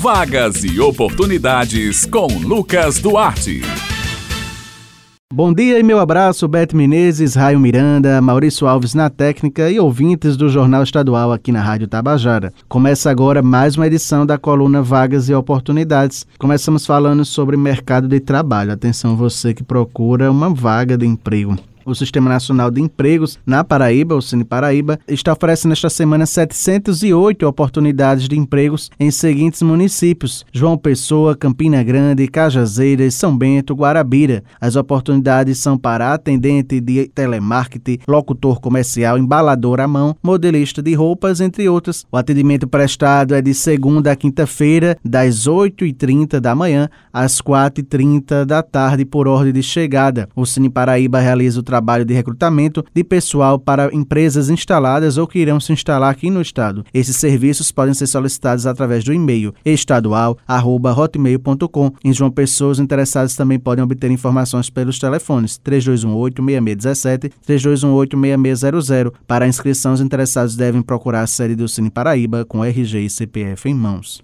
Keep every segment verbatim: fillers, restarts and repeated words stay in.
Vagas e oportunidades com Lucas Duarte. Bom dia e meu abraço, Beto Menezes, Raio Miranda, Maurício Alves na técnica e ouvintes do Jornal Estadual aqui na Rádio Tabajara. Começa agora mais uma edição da coluna Vagas e Oportunidades. Começamos falando sobre mercado de trabalho. Atenção você que procura uma vaga de emprego. O Sistema Nacional de Empregos na Paraíba, o Cine Paraíba, está oferecendo esta semana setecentas e oito oportunidades de empregos em seguintes municípios: João Pessoa, Campina Grande, Cajazeiras, São Bento, Guarabira. As oportunidades são para atendente de telemarketing, locutor comercial, embalador à mão, modelista de roupas, entre outras. O atendimento prestado é de segunda a quinta-feira, das oito e trinta da manhã às quatro e trinta da tarde, por ordem de chegada. O Cine Paraíba realiza o trabalho de recrutamento de pessoal para empresas instaladas ou que irão se instalar aqui no estado. Esses serviços podem ser solicitados através do e-mail estadual arroba hotmail ponto com. Em João Pessoa, os interessados também podem obter informações pelos telefones três dois um oito, seis seis um sete, três dois um oito, seis seis zero zero. Para a inscrição, os interessados devem procurar a sede do Cine Paraíba com R G e C P F em mãos.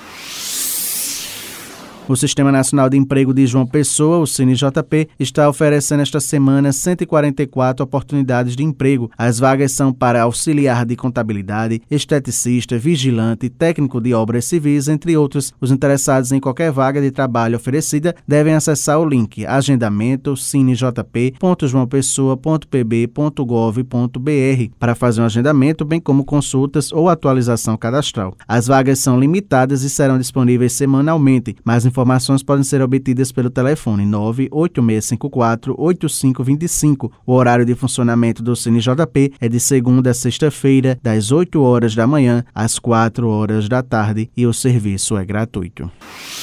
O Sistema Nacional de Emprego de João Pessoa, o Cine J P, está oferecendo esta semana cento e quarenta e quatro oportunidades de emprego. As vagas são para auxiliar de contabilidade, esteticista, vigilante, técnico de obras civis, entre outros. Os interessados em qualquer vaga de trabalho oferecida devem acessar o link agendamento cinejp ponto joão pessoa ponto p b ponto gov ponto b r para fazer um agendamento, bem como consultas ou atualização cadastral. As vagas são limitadas e serão disponíveis semanalmente, mas informações podem ser obtidas pelo telefone nove oito seis cinco quatro, oito cinco dois cinco. O horário de funcionamento do Cine J P é de segunda a sexta-feira, das oito horas da manhã às quatro horas da tarde, e o serviço é gratuito.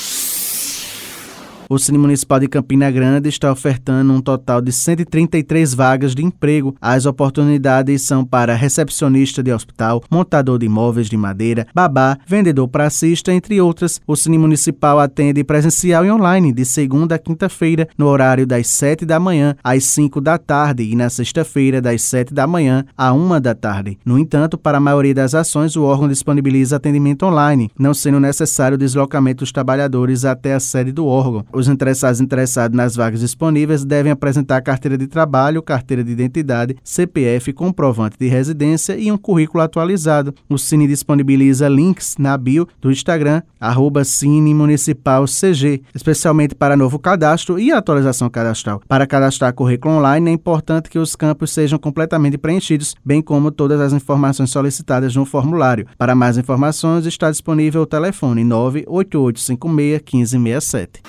O Cine Municipal de Campina Grande está ofertando um total de cento e trinta e três vagas de emprego. As oportunidades são para recepcionista de hospital, montador de imóveis de madeira, babá, vendedor pracista, entre outras. O Cine Municipal atende presencial e online de segunda a quinta-feira, no horário das sete da manhã às cinco da tarde e na sexta-feira das sete da manhã à uma da tarde. No entanto, para a maioria das ações, o órgão disponibiliza atendimento online, não sendo necessário o deslocamento dos trabalhadores até a sede do órgão. Os interessados interessados nas vagas disponíveis devem apresentar carteira de trabalho, carteira de identidade, C P F, comprovante de residência e um currículo atualizado. O Cine disponibiliza links na bio do Instagram, arroba Cine Municipal C G, especialmente para novo cadastro e atualização cadastral. Para cadastrar currículo online, é importante que os campos sejam completamente preenchidos, bem como todas as informações solicitadas no formulário. Para mais informações, está disponível o telefone nove oito oito cinco seis, um cinco seis sete.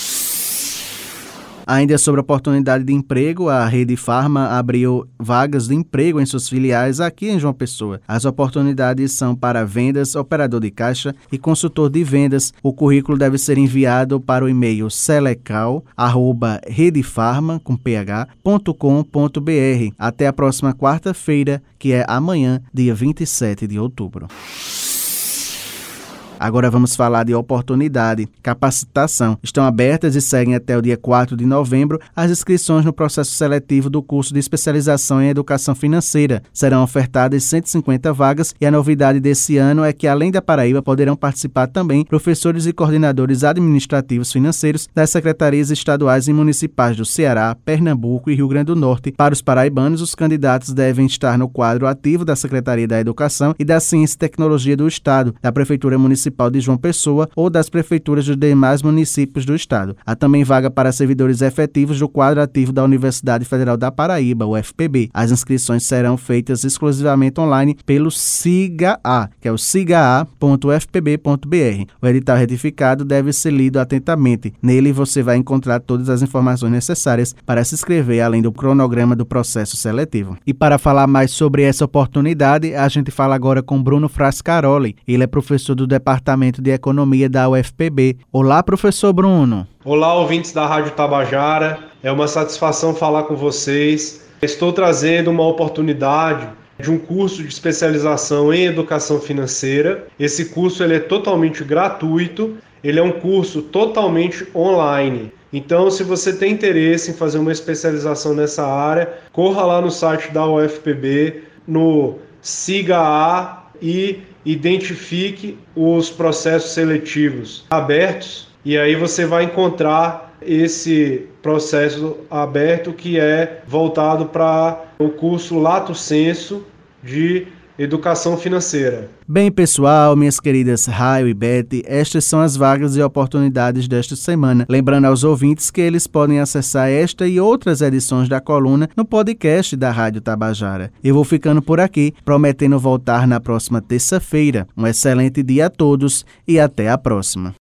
Ainda sobre a oportunidade de emprego, a Rede Farma abriu vagas de emprego em suas filiais aqui em João Pessoa. As oportunidades são para vendas, operador de caixa e consultor de vendas. O currículo deve ser enviado para o e-mail selecal arroba redefarma com ph ponto com ponto b r até a próxima quarta-feira, que é amanhã, dia vinte e sete de outubro. Agora vamos falar de oportunidade. Capacitação. Estão abertas e seguem até o dia quatro de novembro as inscrições no processo seletivo do curso de especialização em educação financeira. Serão ofertadas cento e cinquenta vagas e a novidade desse ano é que, além da Paraíba, poderão participar também professores e coordenadores administrativos financeiros das secretarias estaduais e municipais do Ceará, Pernambuco e Rio Grande do Norte. Para os paraibanos, os candidatos devem estar no quadro ativo da Secretaria da Educação e da Ciência e Tecnologia do Estado, da Prefeitura Municipal de João Pessoa ou das prefeituras dos demais municípios do estado. Há também vaga para servidores efetivos do quadro ativo da Universidade Federal da Paraíba, U F P B. As inscrições serão feitas exclusivamente online pelo SIGA-A, que é o siga a ponto u f p b ponto b r. O edital retificado deve ser lido atentamente. Nele você vai encontrar todas as informações necessárias para se inscrever, além do cronograma do processo seletivo. E para falar mais sobre essa oportunidade, a gente fala agora com Bruno Frascaroli. Ele é professor do Departamento Departamento de Economia da U F P B. Olá, professor Bruno. Olá, ouvintes da Rádio Tabajara. É uma satisfação falar com vocês. Estou trazendo uma oportunidade de um curso de especialização em educação financeira. Esse curso ele é totalmente gratuito. Ele é um curso totalmente online. Então, se você tem interesse em fazer uma especialização nessa área, corra lá no site da U F P B, no SIGA-A e identifique os processos seletivos abertos e aí você vai encontrar esse processo aberto que é voltado para o curso Lato Sensu de Educação Financeira. Bem, pessoal, minhas queridas Raio e Beth, estas são as vagas e oportunidades desta semana. Lembrando aos ouvintes que eles podem acessar esta e outras edições da coluna no podcast da Rádio Tabajara. Eu vou ficando por aqui, prometendo voltar na próxima terça-feira. Um excelente dia a todos e até a próxima.